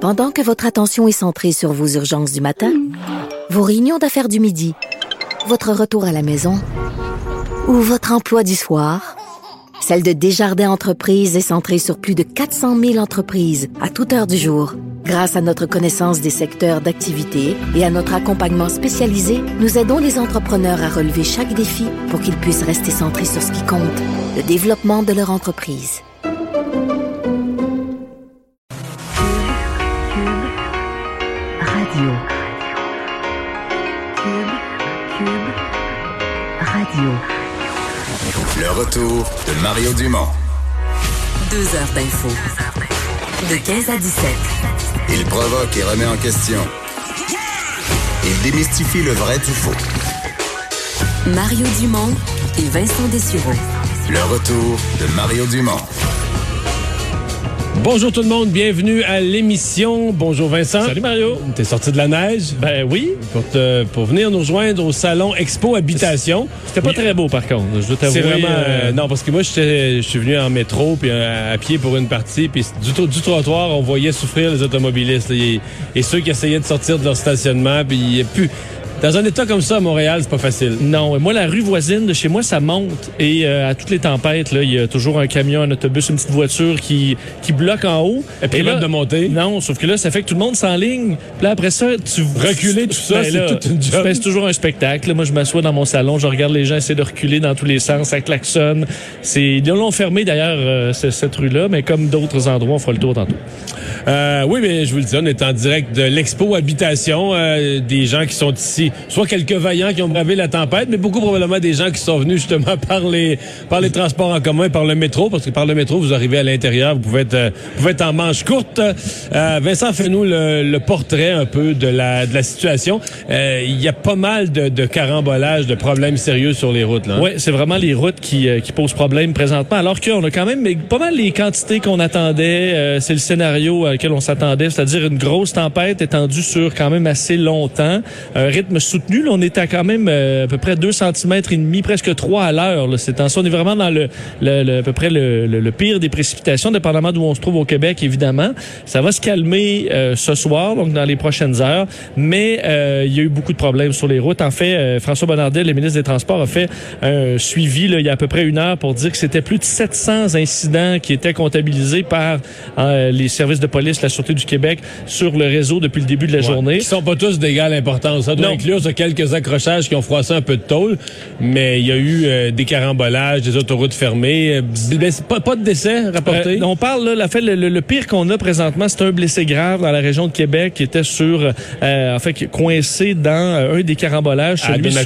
Pendant que votre attention est centrée sur vos urgences du matin, vos réunions d'affaires du midi, votre retour à la maison ou votre emploi du soir, celle de Desjardins Entreprises est centrée sur plus de 400 000 entreprises à toute heure du jour. Grâce à notre connaissance des secteurs d'activité et à notre accompagnement spécialisé, nous aidons les entrepreneurs à relever chaque défi pour qu'ils puissent rester centrés sur ce qui compte, le développement de leur entreprise. Radio. Radio. Le retour de Mario Dumont. 2 heures d'info. De 15 à 17. Il provoque et remet en question. Il démystifie le vrai du faux. Mario Dumont et Vincent Dessureau. Le retour de Mario Dumont. Bonjour tout le monde, bienvenue à l'émission. Bonjour Vincent. Salut Mario. T'es sorti de la neige? Ben oui. Pour venir nous rejoindre au salon Expo Habitation. C'était pas très beau par contre, je dois t'avouer. C'est vraiment... non, parce que moi, je suis venu en métro puis à pied pour une partie. Puis du trottoir, on voyait souffrir les automobilistes. Et ceux qui essayaient de sortir de leur stationnement. Puis il n'y a plus... Dans un état comme ça, à Montréal, c'est pas facile. Non, moi, la rue voisine de chez moi, ça monte. Et à toutes les tempêtes, là, il y a toujours un camion, un autobus, une petite voiture qui bloque en haut. Et puis là, de monter. Non, sauf que là, ça fait que tout le monde s'enligne. Puis là, après ça, reculer tout ça, c'est toute une job. C'est toujours un spectacle. Là, moi, je m'assois dans mon salon, je regarde les gens essayer de reculer dans tous les sens, ça klaxonne. Ils l'ont fermé, d'ailleurs, cette rue-là, mais comme d'autres endroits, on fera le tour tantôt. Oui, mais je vous le dis, on est en direct de l'Expo Habitation. Des gens qui sont ici, soit quelques vaillants qui ont bravé la tempête, mais beaucoup probablement des gens qui sont venus justement par les transports en commun, par le métro, parce que par le métro, vous arrivez à l'intérieur, vous pouvez être en manche courte. Vincent, fais-nous le portrait un peu de la situation. Il y a pas mal de carambolages, de problèmes sérieux sur les routes, là. Oui, c'est vraiment les routes qui posent problème présentement, alors qu'on a quand même pas mal les quantités qu'on attendait. C'est le scénario auquel on s'attendait, c'est-à-dire une grosse tempête étendue sur quand même assez longtemps. Un rythme soutenu, là, on était à quand même à peu près 2 cm et demi, presque 3 à l'heure. Là. C'est on est vraiment dans à peu près le pire des précipitations, dépendamment d'où on se trouve au Québec, évidemment. Ça va se calmer ce soir, donc dans les prochaines heures, mais il y a eu beaucoup de problèmes sur les routes. En fait, François Bonnardel, le ministre des Transports, a fait un suivi là, il y a à peu près 1 heure pour dire que c'était plus de 700 incidents qui étaient comptabilisés par les services de police, la Sûreté du Québec, sur le réseau depuis le début de la journée. Qui sont pas tous d'égale importance. Ça doit inclure quelques accrochages qui ont froissé un peu de tôle, mais il y a eu des carambolages, des autoroutes fermées. Pas de décès rapportés. On parle, là, le pire qu'on a présentement, c'est un blessé grave dans la région de Québec qui était coincé dans un des carambolages.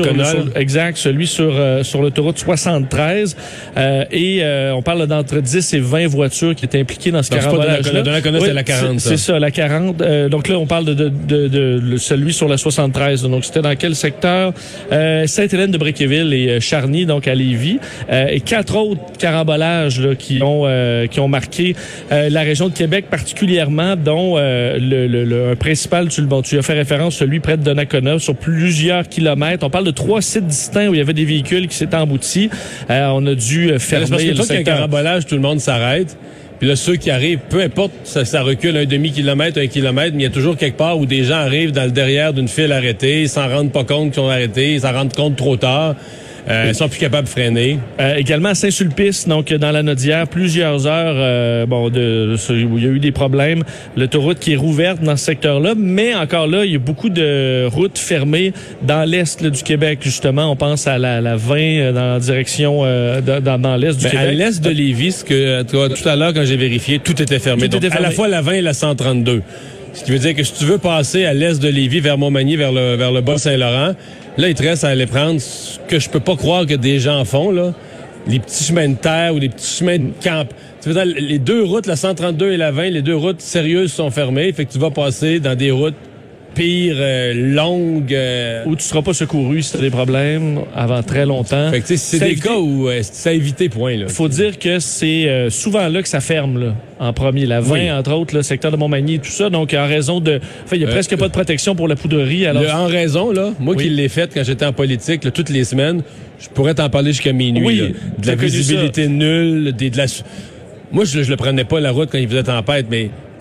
Celui sur l'autoroute 73. On parle d'entre 10 et 20 voitures qui étaient impliquées dans ce carambolage-là. Donnacona, c'est la 40. C'est ça, la 40. Donc là, on parle de celui sur la 73. Donc, c'était dans quel secteur? Sainte-Hélène-de-Bréqueville et Charny, donc à Lévis. Et 4 autres carambolages là, qui ont marqué la région de Québec particulièrement, dont un principal, tu as fait référence, celui près de Donnacona, sur plusieurs kilomètres. On parle de 3 sites distincts où il y avait des véhicules qui s'étaient emboutis. On a dû fermer le secteur. Carambolage, tout le monde s'arrête. Puis là, ceux qui arrivent, peu importe, ça recule 1/2 kilomètre, 1 kilomètre, mais il y a toujours quelque part où des gens arrivent dans le derrière d'une file arrêtée, ils s'en rendent pas compte qu'ils ont arrêté, ils s'en rendent compte trop tard. Ils sont plus capables de freiner. Également à Saint-Sulpice, donc dans la Nodière, plusieurs heures où il y a eu des problèmes. L'autoroute qui est rouverte dans ce secteur-là, mais encore là, il y a beaucoup de routes fermées dans l'est là, du Québec, justement. On pense à la 20 dans la direction dans l'est du Québec. À l'est de Lévis, tout à l'heure, quand j'ai vérifié, tout était fermé. Donc, à la fois la 20 et la 132. Ce qui veut dire que si tu veux passer à l'est de Lévis, vers Montmagny, vers le Bas-Saint-Laurent, là, il te reste à aller prendre ce que je peux pas croire que des gens font, là. Les petits chemins de terre ou les petits chemins de camp. Tu veux dire, les 2 routes, la 132 et la 20, les 2 routes sérieuses sont fermées. Fait que tu vas passer dans des routes pires, longues. Où tu seras pas secouru si tu as des problèmes avant très longtemps. Fait que c'est des cas où c'est à éviter, point. Il faut dire que c'est souvent là que ça ferme, là, en premier. La 20, entre autres, le secteur de Montmagny et tout ça. Donc, en raison de... il y a presque pas de protection pour la poudrerie. Alors... en raison, là, moi qui l'ai faite quand j'étais en politique, là, toutes les semaines, je pourrais t'en parler jusqu'à minuit. Oui, là. De la visibilité nulle, Moi, je le prenais pas la route quand il faisait tempête, mais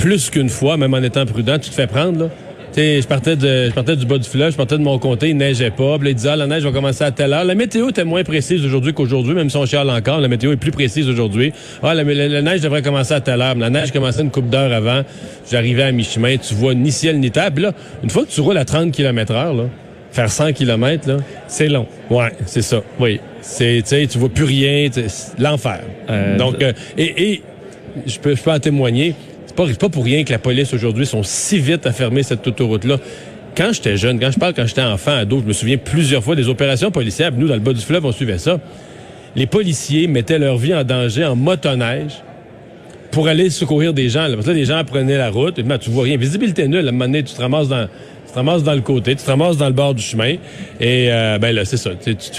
plus qu'une fois, même en étant prudent, tu te fais prendre, là. Tu sais, je partais du bas du fleuve, je partais de mon comté, il neigeait pas. Puis là, il disait, la neige va commencer à telle heure. La météo était moins précise aujourd'hui qu'aujourd'hui, même si on chiale encore, la météo est plus précise aujourd'hui. La neige devrait commencer à telle heure. Mais la neige commençait une couple d'heures avant. J'arrivais à mi-chemin, tu vois ni ciel ni terre. Puis là, une fois que tu roules à 30 km/h, là, faire 100 km, là, c'est long. Ouais, c'est ça. Oui. Tu sais, tu vois plus rien. L'enfer. Donc, et je peux en témoigner. C'est pas pour rien que la police aujourd'hui sont si vite à fermer cette autoroute-là. Quand j'étais jeune, quand j'étais enfant, ado, je me souviens plusieurs fois des opérations policières. Nous, dans le bas du fleuve, on suivait ça. Les policiers mettaient leur vie en danger en motoneige pour aller secourir des gens. Là. Parce que là, les gens prenaient la route. Et maintenant, tu vois rien. Visibilité nulle. À un moment donné, tu te ramasses dans le côté, tu te ramasses dans le bord du chemin. Et là, c'est ça. Tu te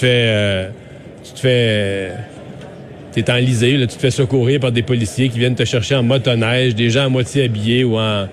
fais t'es enlisé, là, tu te fais secourir par des policiers qui viennent te chercher en motoneige, des gens à moitié habillés ou en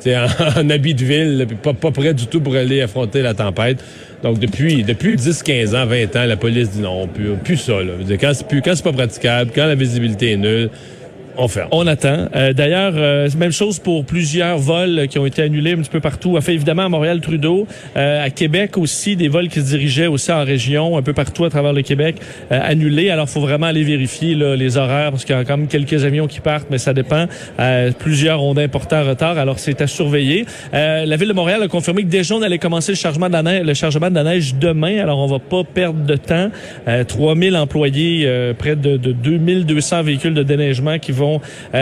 habit de ville, là, pas prêts du tout pour aller affronter la tempête. Donc, depuis 10, 15 ans, 20 ans, la police dit non, plus ça, là. Je veux dire, quand c'est pas praticable, quand la visibilité est nulle, on ferme. On attend. D'ailleurs, même chose pour plusieurs vols qui ont été annulés un petit peu partout. Enfin, évidemment, à Montréal-Trudeau. À Québec aussi, des vols qui se dirigeaient aussi en région, un peu partout à travers le Québec, annulés. Alors, il faut vraiment aller vérifier là, les horaires, parce qu'il y a quand même quelques avions qui partent, mais ça dépend. Plusieurs ont d'importants retards, alors c'est à surveiller. La Ville de Montréal a confirmé que déjà, on allait commencer le chargement de la neige demain. Alors, on va pas perdre de temps. 3000 employés, près de 2200 véhicules de déneigement qui vont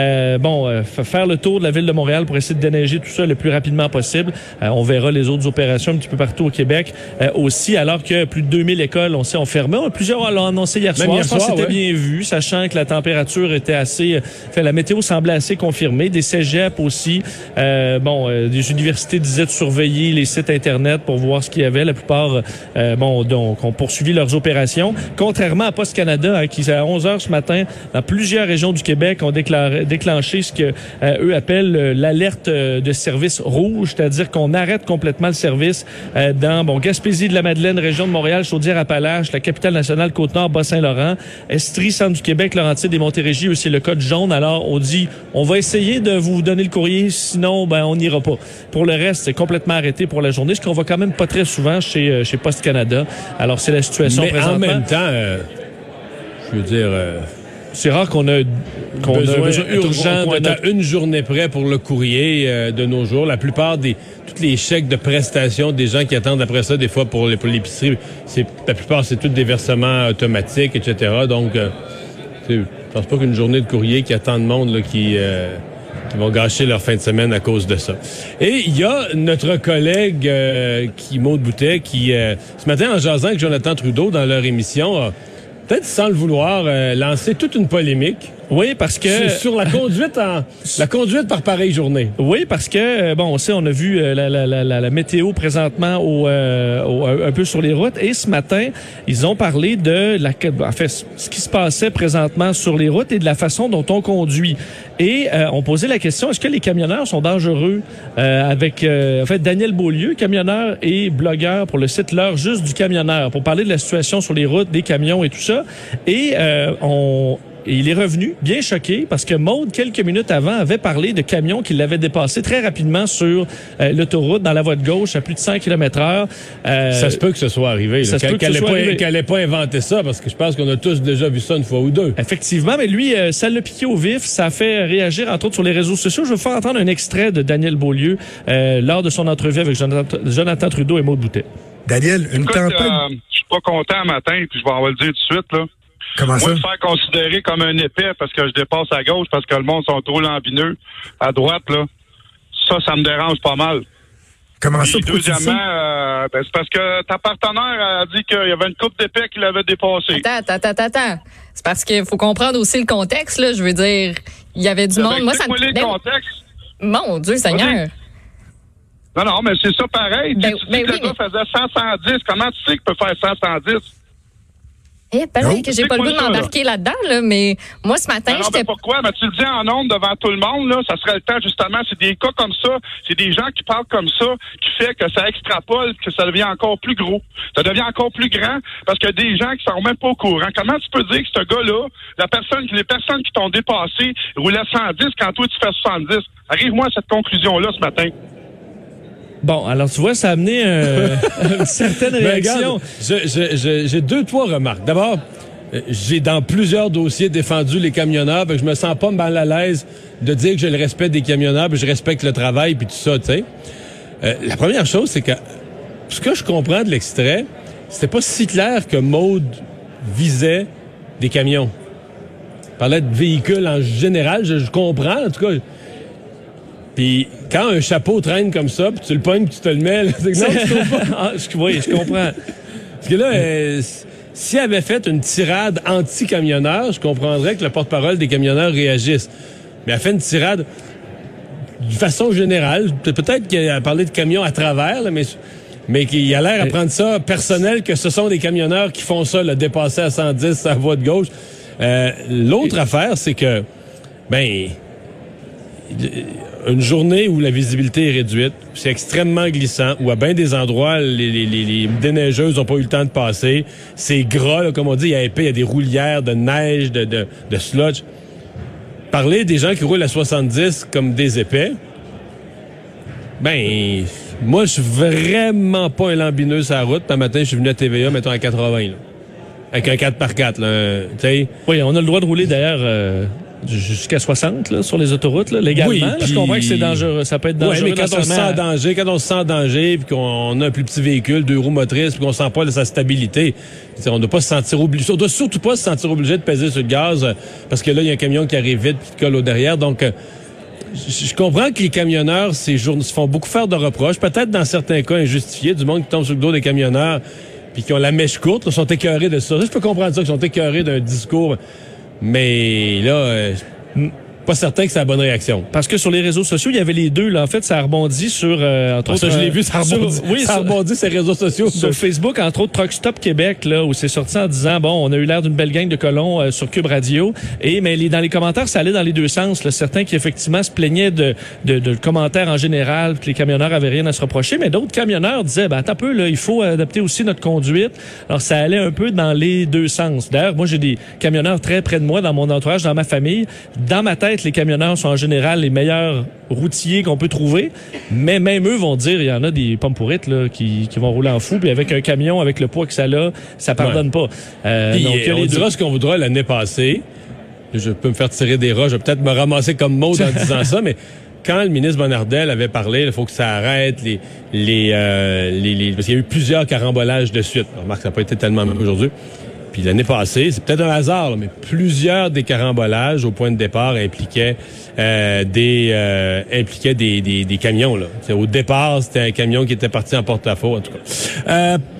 faire le tour de la Ville de Montréal pour essayer de déneiger tout ça le plus rapidement possible. On verra les autres opérations un petit peu partout au Québec aussi, alors que plus de 2000 écoles, on sait, ont fermé. Plusieurs l'ont annoncé hier soir. Je pense que c'était bien vu, sachant que la température était assez... la météo semblait assez confirmée. Des cégeps aussi. Des universités disaient de surveiller les sites Internet pour voir ce qu'il y avait. La plupart donc, ont poursuivi leurs opérations. Contrairement à Post Canada, qui, à 11h ce matin, dans plusieurs régions du Québec, ont déclenché ce que eux appellent l'alerte de service rouge, c'est-à-dire qu'on arrête complètement le service dans Gaspésie de la Madeleine, région de Montréal, Chaudière-Appalaches, la capitale nationale, Côte-Nord, Bas-Saint-Laurent, Estrie, centre du Québec, Laurentides et Montérégie, eux, c'est le code jaune. Alors, on dit, on va essayer de vous donner le courrier, sinon, on n'ira pas. Pour le reste, c'est complètement arrêté pour la journée, ce qu'on voit quand même pas très souvent chez Post Canada. Alors, c'est la situation présentement. Mais en même temps, je veux dire... c'est rare qu'on a besoin urgent de une journée près pour le courrier de nos jours. La plupart tous les chèques de prestations des gens qui attendent après ça, des fois pour l'épicerie, la plupart c'est tous des versements automatiques, etc. Donc, je pense pas qu'une journée de courrier qu'il y a tant de monde là, qui vont gâcher leur fin de semaine à cause de ça. Et il y a notre collègue Maude Boutet qui, ce matin en jasant avec Jonathan Trudeau dans leur émission, peut-être sans le vouloir, lancer toute une polémique. Oui, parce que... Sur la conduite par pareille journée. Oui, parce que, on sait, on a vu la météo présentement un peu sur les routes. Et ce matin, ils ont parlé de ce qui se passait présentement sur les routes et de la façon dont on conduit. Et on posait la question, est-ce que les camionneurs sont dangereux? Avec Daniel Beaulieu, camionneur et blogueur pour le site L'heure juste du camionneur, pour parler de la situation sur les routes, des camions et tout ça. Et il est revenu bien choqué parce que Maude, quelques minutes avant, avait parlé de camions qui l'avaient dépassé très rapidement sur l'autoroute, dans la voie de gauche, à plus de 100 km/h. Ça se peut que ce soit arrivé. Qu'elle n'ait pas inventé ça, parce que je pense qu'on a tous déjà vu ça une fois ou deux. Effectivement, mais lui, ça l'a piqué au vif. Ça a fait réagir, entre autres, sur les réseaux sociaux. Je vais vous faire entendre un extrait de Daniel Beaulieu lors de son entrevue avec Jonathan Trudeau et Maude Boutet. Daniel, une tempête... je suis pas content matin, puis je vais en le dire tout de suite, là. Comment ça? Moi, me faire considérer comme un épais parce que je dépasse à gauche, parce que le monde sont trop lambineux. À droite, là, ça me dérange pas mal. Comment ça? Deuxièmement, c'est parce que ta partenaire a dit qu'il y avait une coupe d'épais qui l'avait dépassé. Attends. C'est parce qu'il faut comprendre aussi le contexte, là. Je veux dire, il y avait du monde. Moi, ça me... le contexte. Mon Dieu Seigneur. Non, mais c'est ça pareil. Tu dis que le gars faisait 100-110. Comment tu sais qu'il peut faire 100-110? Pareil que j'ai pas le goût de m'embarquer là-dedans, là, mais moi, ce matin, j'étais... Pourquoi? Tu le dis en ondes devant tout le monde, là, ça serait le temps, justement. C'est des cas comme ça, c'est des gens qui parlent comme ça, qui fait que ça extrapole, que ça devient encore plus gros. Ça devient encore plus grand, parce qu'il y a des gens qui sont même pas au courant. Comment tu peux dire que ce gars-là, les personnes qui t'ont dépassé roulaient 110 quand toi, tu fais 70? Arrive-moi à cette conclusion-là ce matin. Bon, alors tu vois, ça a amené une certaine réaction. Regarde, j'ai 2-3 remarques. D'abord, j'ai dans plusieurs dossiers défendu les camionneurs, je me sens pas mal à l'aise de dire que j'ai le respect des camionneurs, puis je respecte le travail, puis tout ça, tu sais. La première chose, c'est que ce que je comprends de l'extrait, c'était pas si clair que Maude visait des camions. Il parlait de véhicules en général, je comprends, en tout cas. Puis quand un chapeau traîne comme ça, puis tu le pognes, puis tu te le mets, là, c'est que non, tu comprends. Oui, je comprends. Parce que là, s'il avait fait une tirade anti-camionneur, je comprendrais que le porte-parole des camionneurs réagisse. Mais il a fait une tirade de façon générale. Peut-être qu'il a parlé de camions à travers, là, mais qu'il a l'air à prendre ça personnel, que ce sont des camionneurs qui font ça, le dépasser à 110 à la voie de gauche. L'autre affaire, c'est que, une journée où la visibilité est réduite, c'est extrêmement glissant, où à bien des endroits, les déneigeuses n'ont pas eu le temps de passer. C'est gras, là, comme on dit, il y a épais, il y a des roulières de neige, de sludge. Parler des gens qui roulent à 70 comme des épais, moi, je suis vraiment pas un lambineux sur la route. Puis un matin, je suis venu à TVA, mettons, à 80, là, avec un 4x4, là, tu sais. Oui, on a le droit de rouler, d'ailleurs... jusqu'à 60 là, sur les autoroutes, là, légalement. Oui, je comprends que c'est dangereux. Ça peut être dangereux. Oui, mais quand on se sent en danger, puis qu'on a un plus petit véhicule, 2 roues motrices, puis qu'on sent pas sa stabilité, on ne doit pas se sentir obligé. On doit surtout pas se sentir obligé de peser sur le gaz, parce que là, il y a un camion qui arrive vite puis qui colle au derrière. Donc, je comprends que les camionneurs, ces jours, se font beaucoup faire de reproches, peut-être dans certains cas injustifiés, du monde qui tombe sur le dos des camionneurs, puis qui ont la mèche courte, là, sont écœurés de ça. Je peux comprendre ça, qu'ils sont écœurés d'un discours. Mais là, pas certain que c'est la bonne réaction. Parce que sur les réseaux sociaux, il y avait les deux. Là. En fait, ça a rebondi sur... entre autres, ça, je l'ai vu, ça a rebondi sur les réseaux sociaux. Sur Facebook, entre autres, Truck Stop Québec, là, où c'est sorti en disant, bon, on a eu l'air d'une belle gang de colons sur Cube Radio. Mais dans les commentaires, ça allait dans les deux sens. Là. Certains qui, effectivement, se plaignaient de commentaires en général, que les camionneurs avaient rien à se reprocher. Mais d'autres camionneurs disaient, attends un peu, là, il faut adapter aussi notre conduite. Alors, ça allait un peu dans les deux sens. D'ailleurs, moi, j'ai des camionneurs très près de moi, dans mon entourage, dans ma famille. Dans ma tête, les camionneurs sont en général les meilleurs routiers qu'on peut trouver, mais même eux vont dire, il y en a des pommes pourrites là, qui vont rouler en fou, puis avec un camion, avec le poids que ça a, ça pardonne pas. Donc, on dira ce qu'on voudra l'année passée. Je peux me faire tirer des roches, je vais peut-être me ramasser comme Maude en disant ça, mais quand le ministre Bonnardel avait parlé, il faut que ça arrête, parce qu'il y a eu plusieurs carambolages de suite. Remarque, ça n'a pas été tellement même aujourd'hui. Puis l'année passée, c'est peut-être un hasard, là, mais plusieurs des carambolages au point de départ impliquaient des camions. Là. Au départ, c'était un camion qui était parti en porte-à-faux, en tout cas.